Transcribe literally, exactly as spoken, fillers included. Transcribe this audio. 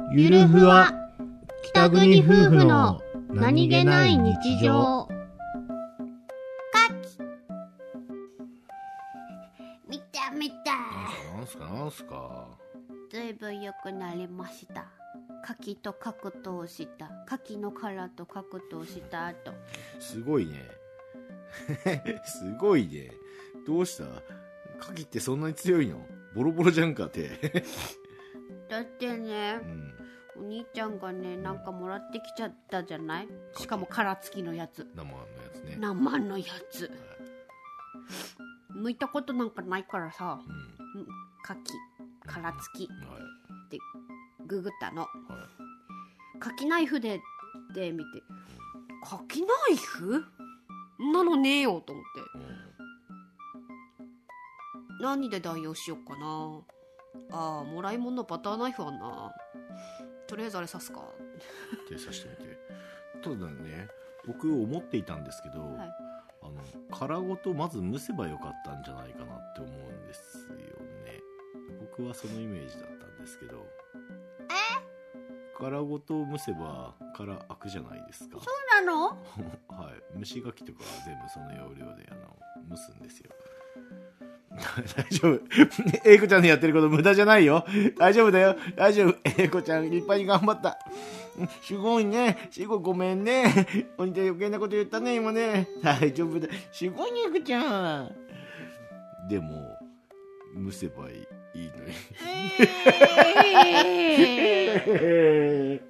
ゆるふわ北国夫婦の何気ない日常。 見た見た。 なんすかなんすか。 ずいぶん良くなりました。柿と格闘した柿の殻と格闘した後。 すごいねすごいね。どうした？柿ってそんなに強いの？ボロボロじゃんかってだってね、 うん、 お兄ちゃんがねなんかもらってきちゃったじゃない。しかも殻付きのやつ、 生のやつね。 生のやつ剥いたことなんかないからさ、 うん、 柿殻付きはい、 でググったの、 はい、 柿ナイフでで見て、柿ナイフなのねえよと思って、うん、何で代用しよっかな。ああ、もらいもんのバターナイフあんな。とりあえずあれ刺すか手刺してみて。ただね、僕思っていたんですけど、はい、あの殻ごとまず蒸せばよかったんじゃないかなって思うんですよね。僕はそのイメージだったんですけど。 え？ 殻ごと蒸せば殻開くじゃないですか。 そうなの？ はい、蒸し柿とかは全部その要領であの蒸すんですよ。大丈夫英子ちゃんのやってること無駄じゃないよ。大丈夫だよ、大丈夫。英子ちゃん立派に頑張った。すごいね、すごいごめんね。お兄ちゃん余計なこと言ったね今ね。大丈夫だ、すごいね英子ちゃん。でも蒸せばいいのに、 えー